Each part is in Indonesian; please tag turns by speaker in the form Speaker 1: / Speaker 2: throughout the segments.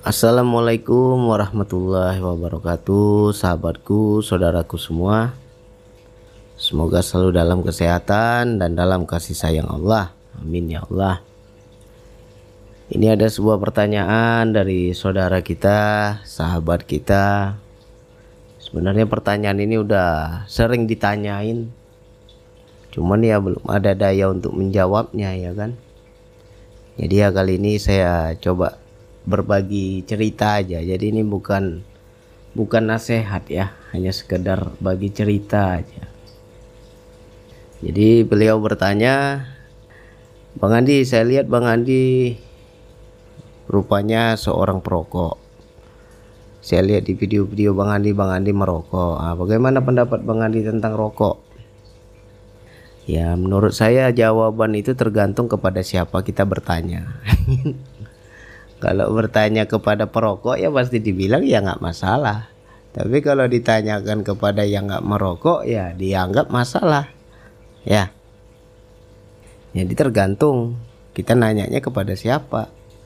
Speaker 1: Assalamualaikum warahmatullahi wabarakatuh, sahabatku, saudaraku semua. Semoga selalu dalam kesehatan dan dalam kasih sayang Allah. Amin ya Allah. Ini ada sebuah pertanyaan dari saudara kita, sahabat kita. Sebenarnya pertanyaan ini udah sering ditanyain, cuman ya belum ada daya untuk menjawabnya, ya kan. Jadi ya kali ini saya coba berbagi cerita aja. Jadi ini bukan nasihat ya, hanya sekedar bagi cerita aja. Jadi beliau bertanya, Bang Andi, saya lihat Bang Andi rupanya seorang perokok. Saya lihat di video-video Bang Andi merokok. Bagaimana pendapat Bang Andi tentang rokok? Ya, menurut saya jawaban itu tergantung kepada siapa kita bertanya. Kalau bertanya kepada perokok ya pasti dibilang ya nggak masalah. Tapi kalau ditanyakan kepada yang nggak merokok ya dianggap masalah. Ya, jadi tergantung kita nanyanya kepada siapa.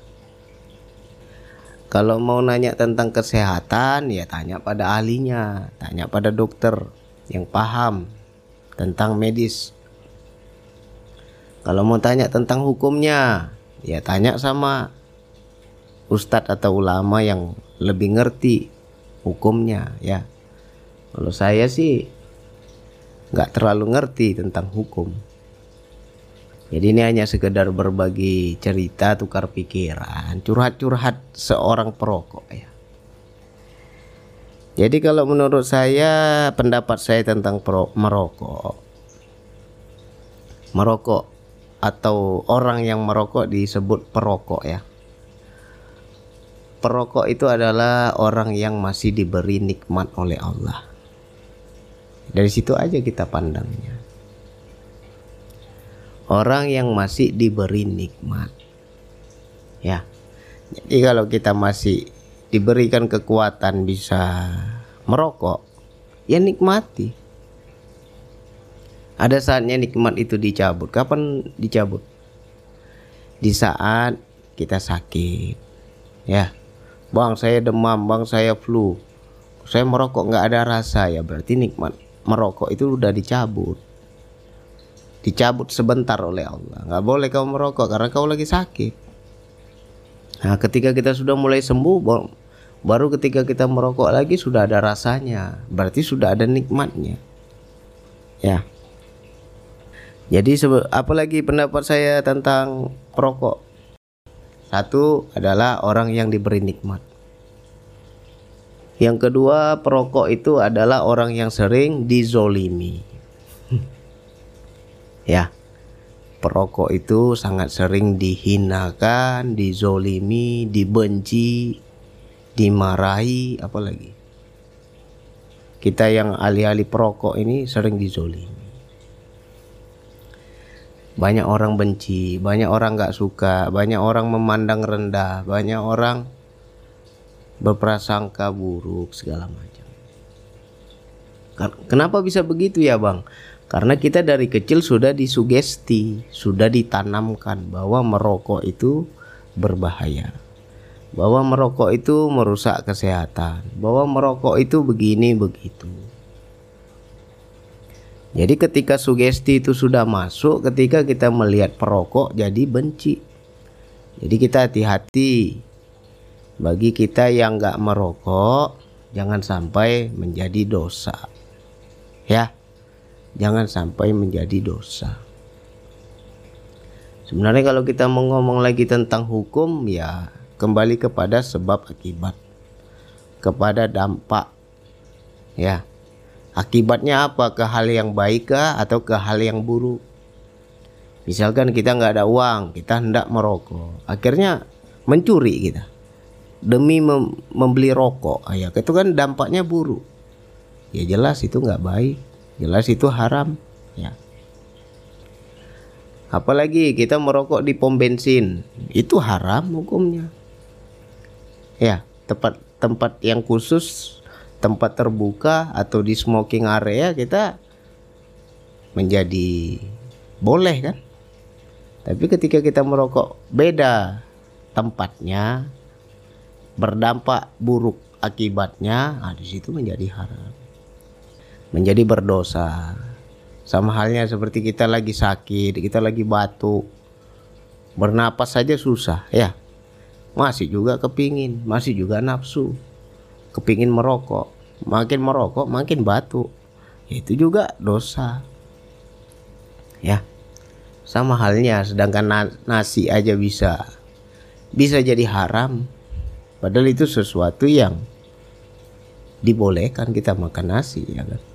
Speaker 1: Kalau mau nanya tentang kesehatan ya tanya pada ahlinya, tanya pada dokter yang paham tentang medis. Kalau mau tanya tentang hukumnya ya tanya sama ustadz atau ulama yang lebih ngerti hukumnya ya. Kalau saya sih nggak terlalu ngerti tentang hukum. Jadi ini hanya sekedar berbagi cerita, tukar pikiran, curhat-curhat seorang perokok ya. Jadi kalau menurut saya, pendapat saya tentang merokok atau orang yang merokok disebut perokok ya. Perokok itu adalah orang yang masih diberi nikmat oleh Allah. Dari situ aja kita pandangnya. Orang yang masih diberi nikmat. Ya. Jadi kalau kita masih diberikan kekuatan bisa merokok, ya nikmati. Ada saatnya nikmat itu dicabut. Kapan dicabut? Di saat kita sakit. Ya. Bang, saya demam, bang, saya flu. Saya merokok nggak ada rasa, ya berarti nikmat merokok itu udah dicabut. Dicabut sebentar oleh Allah. Nggak boleh kau merokok karena kau lagi sakit. Nah, ketika kita sudah mulai sembuh, baru ketika kita merokok lagi sudah ada rasanya. Berarti sudah ada nikmatnya. Ya. Jadi apalagi pendapat saya tentang perokok? Satu adalah orang yang diberi nikmat. Yang kedua, perokok itu adalah orang yang sering dizolimi. Ya, perokok itu sangat sering dihinakan, dizolimi, dibenci, dimarahi, apalagi. Kita yang ahli-ahli perokok ini sering dizolimi. Banyak orang benci, banyak orang gak suka, banyak orang memandang rendah, banyak orang berprasangka buruk segala macam. Kenapa bisa begitu ya bang? Karena kita dari kecil sudah disugesti, sudah ditanamkan bahwa merokok itu berbahaya, bahwa merokok itu merusak kesehatan, bahwa merokok itu begini begitu. Jadi ketika sugesti itu sudah masuk, ketika kita melihat perokok jadi benci. Jadi kita hati-hati. Bagi kita yang gak merokok, jangan sampai menjadi dosa. Ya, jangan sampai menjadi dosa. Sebenarnya kalau kita mau ngomong lagi tentang hukum, ya kembali kepada sebab akibat, kepada dampak. Ya, akibatnya apa? Ke hal yang baik kah atau ke hal yang buruk? Misalkan kita nggak ada uang, kita hendak merokok, akhirnya mencuri kita demi membeli rokok, ya itu kan dampaknya buruk. Ya jelas itu nggak baik, jelas itu haram. Ya. Apalagi kita merokok di pom bensin, itu haram hukumnya. Ya, tempat yang khusus, tempat terbuka atau di smoking area kita menjadi boleh kan. Tapi ketika kita merokok beda tempatnya, berdampak buruk akibatnya, di situ menjadi haram, menjadi berdosa. Sama halnya seperti kita lagi sakit, kita lagi batuk, bernapas saja susah, ya, masih juga kepingin, masih juga nafsu, kepingin merokok, makin merokok makin batuk, itu juga dosa, ya. Sama halnya, sedangkan nasi aja bisa jadi haram, padahal itu sesuatu yang dibolehkan kita makan nasi, ya kan.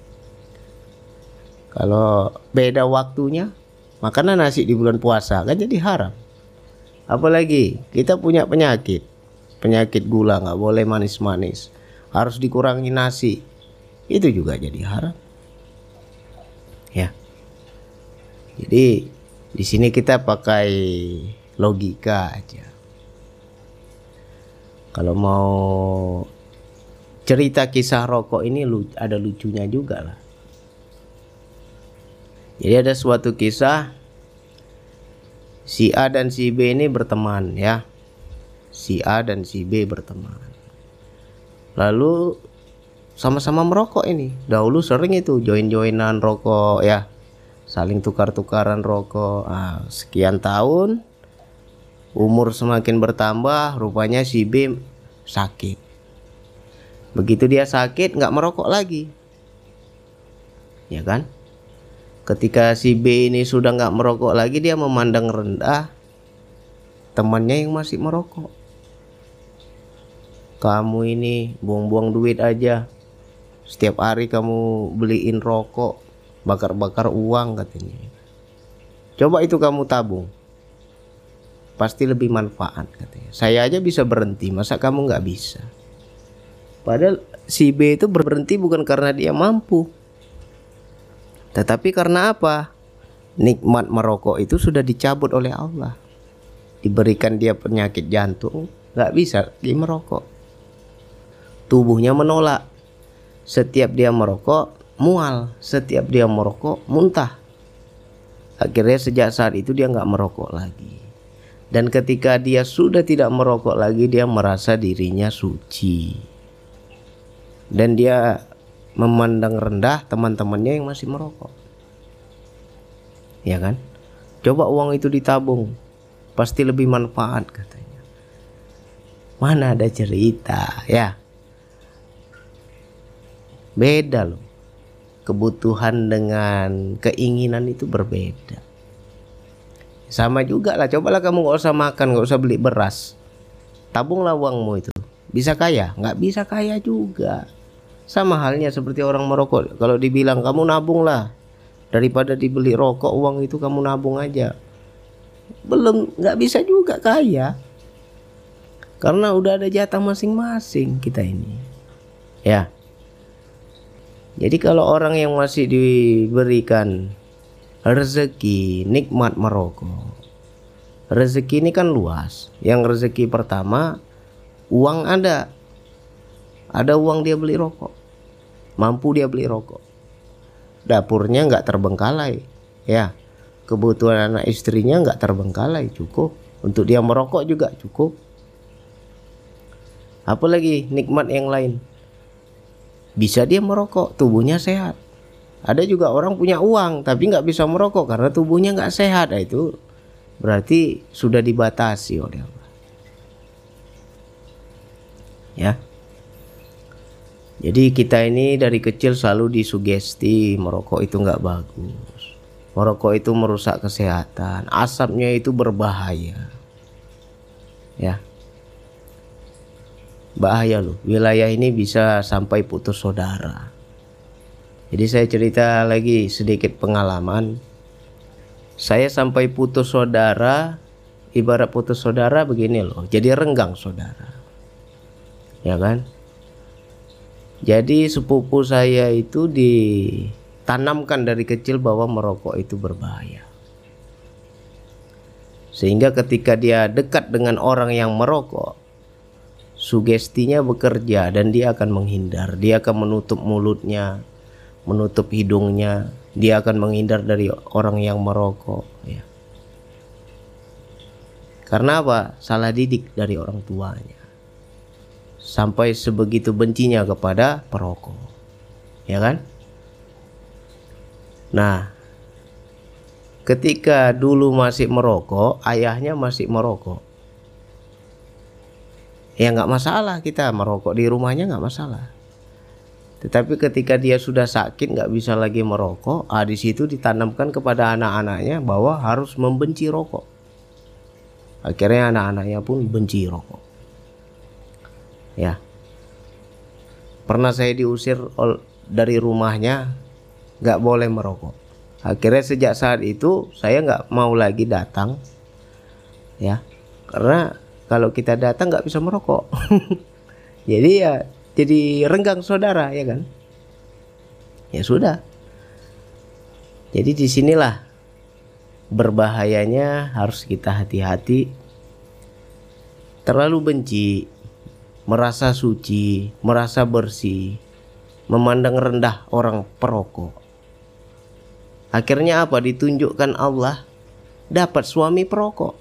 Speaker 1: Kalau beda waktunya, makanan nasi di bulan puasa kan jadi haram. Apalagi kita punya penyakit gula, nggak boleh manis-manis, harus dikurangi nasi, itu juga jadi haram, ya. Jadi di sini kita pakai logika aja. Kalau mau cerita kisah rokok ini ada lucunya juga lah. Jadi ada suatu kisah, si A dan si B ini berteman, ya. Si A dan si B berteman. Lalu sama-sama merokok ini. Dahulu sering itu join-joinan rokok, ya. Saling tukar-tukaran rokok. Sekian tahun, umur semakin bertambah, rupanya si B sakit. Begitu dia sakit, nggak merokok lagi, ya kan. Ketika si B ini sudah nggak merokok lagi, dia memandang rendah temannya yang masih merokok. Kamu ini buang-buang duit aja, setiap hari kamu beliin rokok, bakar-bakar uang katanya. Coba itu kamu tabung, pasti lebih manfaat katanya. Saya aja bisa berhenti, masa kamu nggak bisa? Padahal si B itu berhenti bukan karena dia mampu, tetapi karena apa? Nikmat merokok itu sudah dicabut oleh Allah. Diberikan dia penyakit jantung, nggak bisa dia merokok. Tubuhnya menolak. Setiap dia merokok mual, setiap dia merokok muntah. Akhirnya sejak saat itu dia nggak merokok lagi. Dan ketika dia sudah tidak merokok lagi, dia merasa dirinya suci. Dan dia memandang rendah teman-temannya yang masih merokok, ya kan. Coba uang itu ditabung, pasti lebih manfaat katanya. Mana ada cerita, ya. Beda loh. Kebutuhan dengan keinginan itu berbeda. Sama juga lah, cobalah kamu nggak usah makan, nggak usah beli beras, tabunglah uangmu itu. Bisa kaya? Nggak bisa kaya juga. Sama halnya seperti orang merokok. Kalau dibilang kamu nabunglah, daripada dibeli rokok, uang itu kamu nabung aja, belum, nggak bisa juga kaya, karena udah ada jatah masing-masing kita ini, ya. Jadi kalau orang yang masih diberikan rezeki nikmat merokok, rezeki ini kan luas. Yang rezeki pertama, uang ada uang dia beli rokok, mampu dia beli rokok, dapurnya nggak terbengkalai, ya. Kebutuhan anak istrinya nggak terbengkalai, cukup. Untuk dia merokok juga cukup. Apalagi nikmat yang lain, bisa dia merokok, tubuhnya sehat. Ada juga orang punya uang tapi nggak bisa merokok karena tubuhnya nggak sehat. Itu berarti sudah dibatasi oleh Allah, ya. Jadi kita ini dari kecil selalu disugesti merokok itu nggak bagus, merokok itu merusak kesehatan, asapnya itu berbahaya, ya. Bahaya loh, wilayah ini bisa sampai putus saudara. Jadi saya cerita lagi sedikit pengalaman. Saya sampai putus saudara, ibarat putus saudara begini loh, jadi renggang saudara, ya kan. Jadi sepupu saya itu ditanamkan dari kecil bahwa merokok itu berbahaya. Sehingga ketika dia dekat dengan orang yang merokok, sugestinya bekerja dan dia akan menghindar. Dia akan menutup mulutnya, menutup hidungnya. Dia akan menghindar dari orang yang merokok, ya. Karena apa? Salah didik dari orang tuanya. sampai sebegitu bencinya kepada perokok, ya kan? Nah, ketika dulu masih merokok, ayahnya masih merokok, ya nggak masalah, kita merokok di rumahnya nggak masalah. Tetapi ketika dia sudah sakit nggak bisa lagi merokok, di situ ditanamkan kepada anak-anaknya bahwa harus membenci rokok. Akhirnya anak-anaknya pun benci rokok. Ya, pernah saya diusir dari rumahnya, nggak boleh merokok. Akhirnya sejak saat itu saya nggak mau lagi datang, ya, karena kalau kita datang nggak bisa merokok. Jadi ya jadi renggang saudara, ya kan? Ya sudah. Jadi disinilah berbahayanya, harus kita hati-hati. Terlalu benci, merasa suci, merasa bersih, memandang rendah orang perokok. Akhirnya apa? Ditunjukkan Allah dapat suami perokok.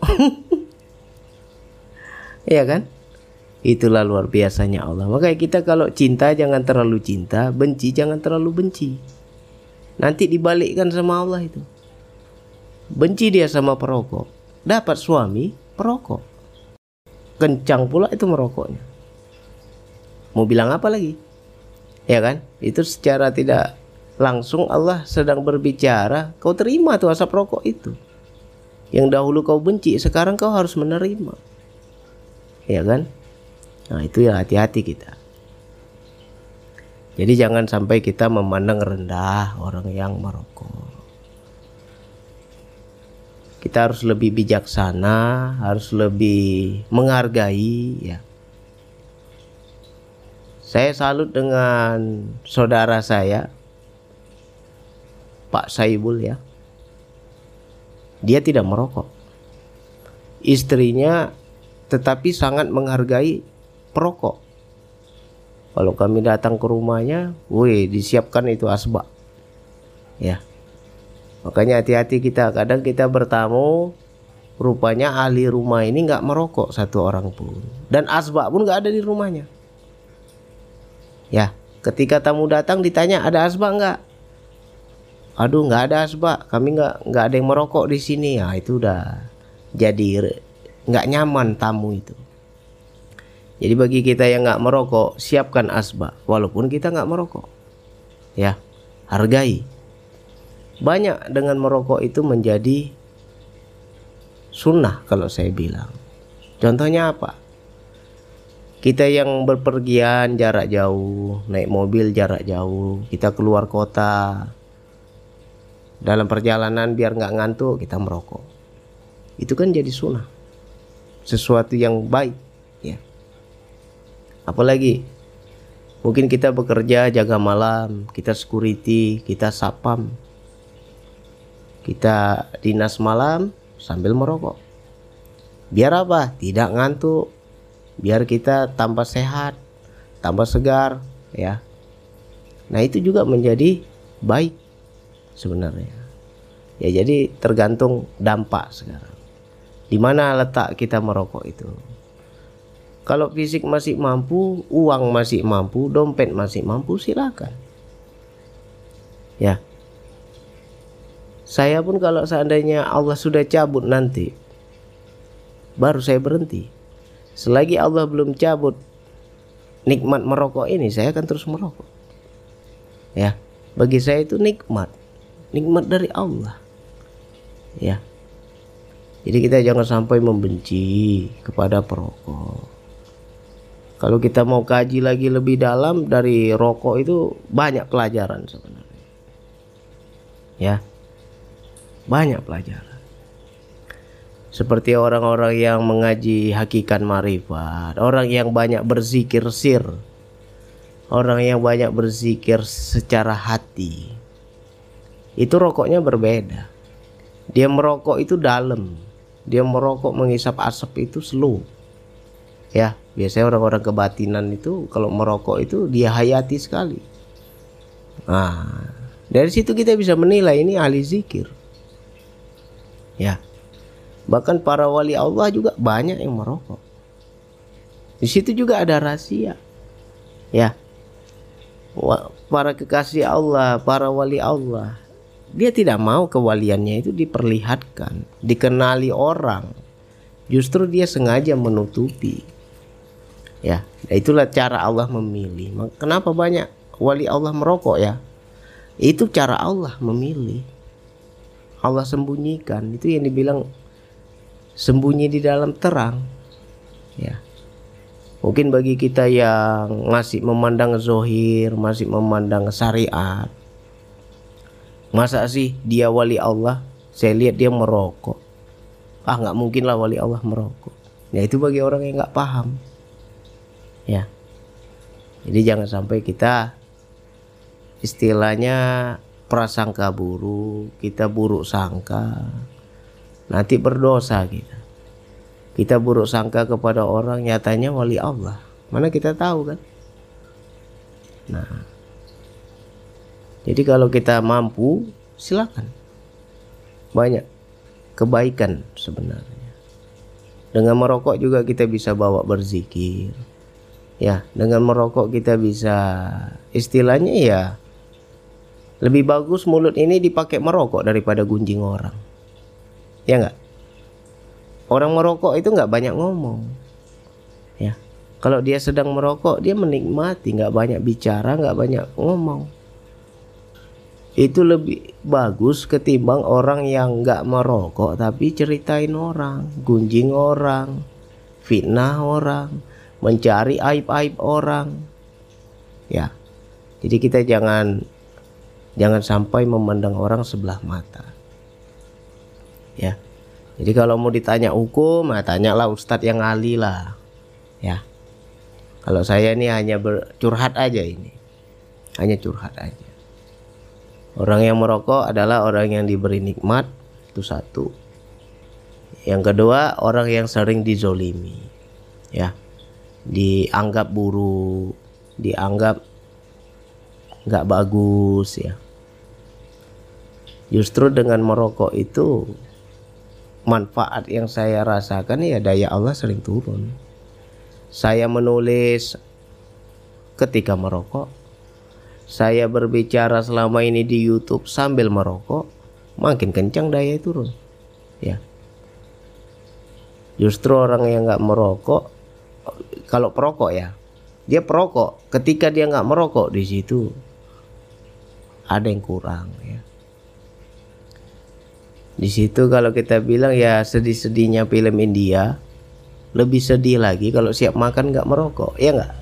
Speaker 1: Ya kan? Itulah luar biasanya Allah. Makanya kita kalau cinta jangan terlalu cinta, benci jangan terlalu benci. Nanti dibalikkan sama Allah itu. Benci dia sama perokok, dapat suami perokok. Kencang pula itu merokoknya. Mau bilang apa lagi? Ya kan? Itu secara tidak langsung Allah sedang berbicara, kau terima tuh asap rokok itu. Yang dahulu kau benci, sekarang kau harus menerima. Ya kan? Nah, itu ya hati-hati kita. Jadi jangan sampai kita memandang rendah orang yang merokok. Kita harus lebih bijaksana, harus lebih menghargai, ya. Saya salut dengan saudara saya, Pak Saibul, ya. Dia tidak merokok. Istrinya tetapi sangat menghargai perokok. Kalau kami datang ke rumahnya, disiapkan itu asbak. Ya. Makanya hati-hati kita. Kadang kita bertamu, rupanya ahli rumah ini nggak merokok satu orang pun, dan asbak pun nggak ada di rumahnya. Ya, ketika tamu datang ditanya ada asbak nggak? Aduh, nggak ada asbak. Kami nggak ada yang merokok di sini. Ya, itu udah jadi nggak nyaman tamu itu. Jadi bagi kita yang nggak merokok, siapkan asbak walaupun kita nggak merokok. Ya, hargai. Banyak dengan merokok itu menjadi sunnah kalau saya bilang. Contohnya apa? Kita yang berpergian jarak jauh, naik mobil jarak jauh, kita keluar kota, dalam perjalanan biar nggak ngantuk kita merokok. Itu kan jadi sunnah, sesuatu yang baik, ya. Apalagi mungkin kita bekerja jaga malam, kita security, kita sapam, kita dinas malam sambil merokok. Biar apa? Tidak ngantuk, biar kita tambah sehat, tambah segar, ya. Nah, itu juga menjadi baik sebenarnya. Ya, jadi tergantung dampak sekarang. Di mana letak kita merokok itu? Kalau fisik masih mampu, uang masih mampu, dompet masih mampu, silakan. Ya. Saya pun kalau seandainya Allah sudah cabut nanti, baru saya berhenti. Selagi Allah belum cabut nikmat merokok ini, saya akan terus merokok. Ya, bagi saya itu nikmat dari Allah. Ya. Jadi kita jangan sampai membenci kepada perokok. Kalau kita mau kaji lagi lebih dalam dari rokok itu banyak pelajaran sebenarnya. Ya. Banyak pelajaran. Seperti orang-orang yang mengaji hakikat marifat, orang yang banyak berzikir sir, orang yang banyak berzikir secara hati. Itu rokoknya berbeda. Dia merokok itu dalam. Dia merokok menghisap asap itu slow. Ya, biasanya orang-orang kebatinan itu kalau merokok itu dia hayati sekali. Nah, dari situ kita bisa menilai ini ahli zikir. Ya. Bahkan para wali Allah juga banyak yang merokok. Di situ juga ada rahasia. Ya. Para kekasih Allah, para wali Allah, dia tidak mau kewaliannya itu diperlihatkan, dikenali orang. Justru dia sengaja menutupi. Ya, itulah cara Allah memilih. Kenapa banyak wali Allah merokok ya? Itu cara Allah memilih. Allah sembunyikan. Itu yang dibilang sembunyi di dalam terang. Ya. Mungkin bagi kita yang masih memandang zohir, masih memandang syariat, masa sih dia wali Allah? Saya lihat dia merokok. Nggak mungkin lah wali Allah merokok. Ya itu bagi orang yang nggak paham. Ya. Jadi jangan sampai kita istilahnya prasangka buruk, kita buruk sangka, nanti berdosa kita. Kita buruk sangka kepada orang, nyatanya wali Allah. Mana kita tahu kan? Nah, jadi kalau kita mampu, silakan. Banyak kebaikan sebenarnya. Dengan merokok juga kita bisa bawa berzikir. Ya, dengan merokok kita bisa istilahnya ya lebih bagus mulut ini dipakai merokok daripada gunjing orang. Ya enggak? Orang merokok itu nggak banyak ngomong, ya. Kalau dia sedang merokok, dia menikmati, nggak banyak bicara, nggak banyak ngomong. Itu lebih bagus ketimbang orang yang nggak merokok tapi ceritain orang, gunjing orang, fitnah orang, mencari aib-aib orang. Ya, jadi kita jangan sampai memandang orang sebelah mata. Ya. Jadi kalau mau ditanya hukum, tanyalah ustadz yang ahli lah. Ya. Kalau saya ini hanya curhat aja ini. Hanya curhat aja. Orang yang merokok adalah orang yang diberi nikmat, itu satu. Yang kedua, orang yang sering dizolimi. Ya. Dianggap buruk, dianggap nggak bagus ya. Justru dengan merokok itu manfaat yang saya rasakan ya daya Allah sering turun. Saya menulis ketika merokok, saya berbicara selama ini di YouTube sambil merokok, makin kencang daya turun. Ya. Justru orang yang nggak merokok, kalau perokok ya, dia perokok. Ketika dia nggak merokok, di situ ada yang kurang ya. Di situ kalau kita bilang ya sedih-sedihnya film India, lebih sedih lagi kalau siap makan nggak merokok, ya nggak?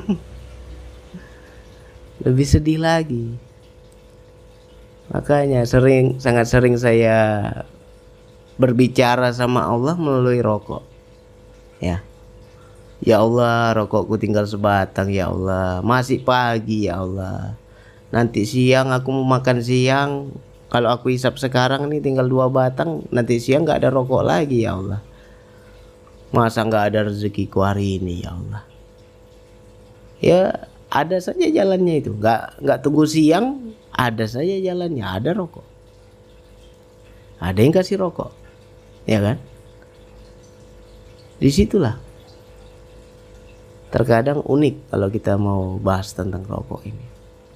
Speaker 1: Lebih sedih lagi. Makanya sangat sering saya berbicara sama Allah melalui rokok. Ya. Ya Allah, rokokku tinggal sebatang ya Allah. Masih pagi ya Allah. Nanti siang aku mau makan siang. Kalau aku hisap sekarang nih tinggal 2 batang, nanti siang nggak ada rokok lagi ya Allah. Masa nggak ada rezekiku hari ini ya Allah. Ya ada saja jalannya itu, nggak tunggu siang, ada saja jalannya, ada rokok. Ada yang kasih rokok, ya kan? Disitulah terkadang unik kalau kita mau bahas tentang rokok ini.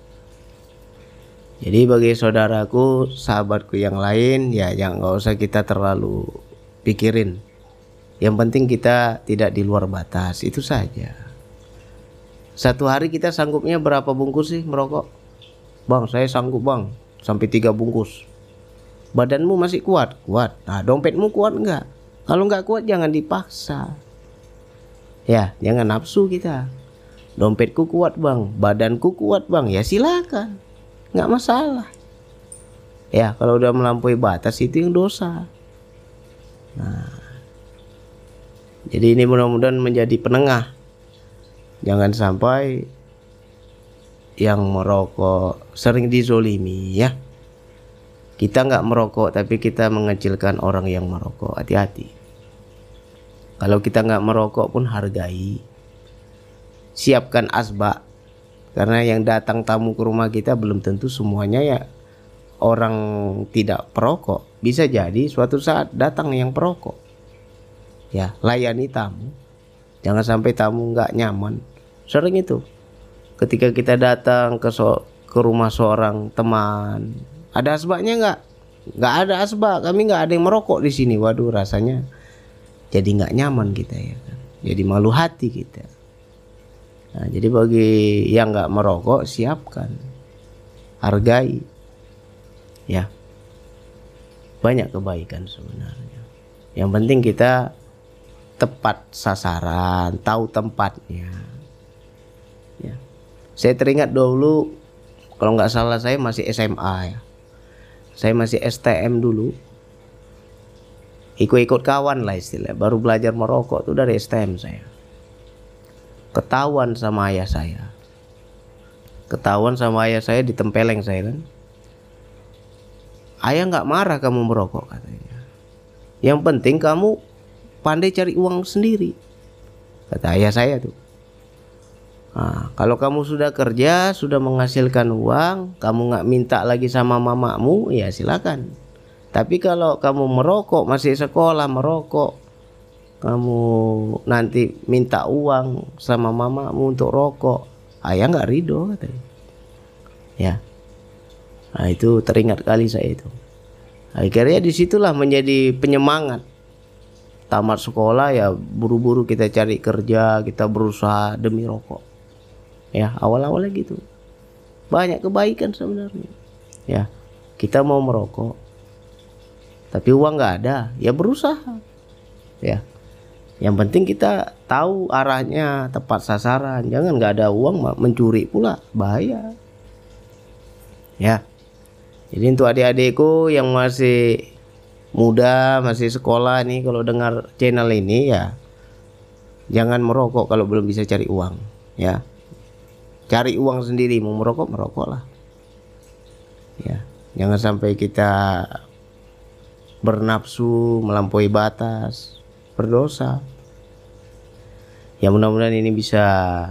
Speaker 1: Jadi bagi saudaraku, sahabatku yang lain, ya jangan nggak usah kita terlalu pikirin. Yang penting kita tidak di luar batas, itu saja. Satu hari kita sanggupnya berapa bungkus sih merokok? Bang, saya sanggup bang, sampai 3 bungkus. Badanmu masih kuat? Kuat. Nah, dompetmu kuat nggak? Kalau nggak kuat jangan dipaksa. Ya, jangan nafsu kita. Dompetku kuat bang, badanku kuat bang, ya silakan. Nggak masalah. Ya kalau udah melampaui batas itu yang dosa. Nah, jadi ini mudah-mudahan menjadi penengah. Jangan sampai yang merokok sering dizolimi ya. Kita nggak merokok tapi kita mengecilkan orang yang merokok. Hati-hati. Kalau kita nggak merokok pun hargai. Siapkan asbak. Karena yang datang tamu ke rumah kita belum tentu semuanya ya orang tidak perokok. Bisa jadi suatu saat datang yang perokok. Ya, layani tamu. Jangan sampai tamu nggak nyaman. Sering itu ketika kita datang ke rumah seorang teman, ada asbaknya nggak ada asbak, kami nggak ada yang merokok di sini. Waduh, rasanya jadi nggak nyaman kita ya kan, jadi malu hati kita. Nah, jadi bagi yang nggak merokok, siapkan, hargai ya. Banyak kebaikan sebenarnya. Yang penting kita tepat sasaran, tahu tempatnya ya. Saya teringat dulu, kalau nggak salah saya masih SMA ya, saya masih STM dulu, ikut-ikut kawan lah istilah, baru belajar merokok tuh dari STM saya. Ketahuan sama ayah saya, ditempeleng saya kan. Ayah nggak marah kamu merokok katanya, yang penting kamu pandai cari uang sendiri, kata ayah saya tuh. Nah, kalau kamu sudah kerja, sudah menghasilkan uang, kamu nggak minta lagi sama mamamu, ya silakan. Tapi kalau kamu merokok, masih sekolah merokok, kamu nanti minta uang sama mamamu untuk rokok, ayah nggak ridho katanya. Ya, nah itu teringat kali saya itu. Akhirnya disitulah menjadi penyemangat. Tamat sekolah ya buru-buru kita cari kerja, kita berusaha demi rokok. Ya, awal-awalnya gitu. Banyak kebaikan sebenarnya. Ya, kita mau merokok, tapi uang nggak ada, ya berusaha. Ya, yang penting kita tahu arahnya, tepat sasaran. Jangan nggak ada uang mencuri pula, bahaya. Ya, jadi untuk adik-adikku yang masih muda, masih sekolah nih, kalau dengar channel ini ya jangan merokok kalau belum bisa cari uang ya. Cari uang sendiri, mau merokok merokoklah ya. Jangan sampai kita bernafsu melampaui batas, berdosa ya. Mudah-mudahan ini bisa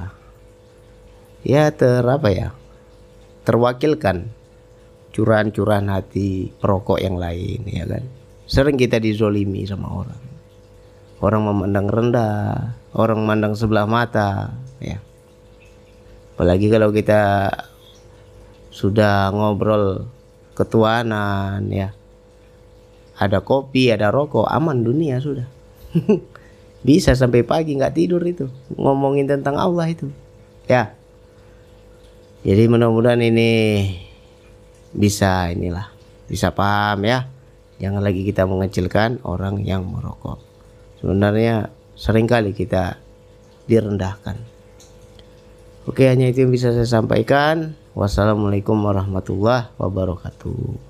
Speaker 1: ya terwakilkan curahan-curahan hati perokok yang lain ya kan. Sering kita dizolimi sama orang memandang rendah, orang memandang sebelah mata ya. Apalagi kalau kita sudah ngobrol ketuanan ya, ada kopi, ada rokok, aman dunia sudah. Bisa sampai pagi nggak tidur itu, ngomongin tentang Allah itu ya. Jadi mudah-mudahan ini bisa paham ya. Jangan lagi kita mengecilkan orang yang merokok. Sebenarnya seringkali kita direndahkan. Oke, hanya itu yang bisa saya sampaikan. Wassalamualaikum warahmatullahi wabarakatuh.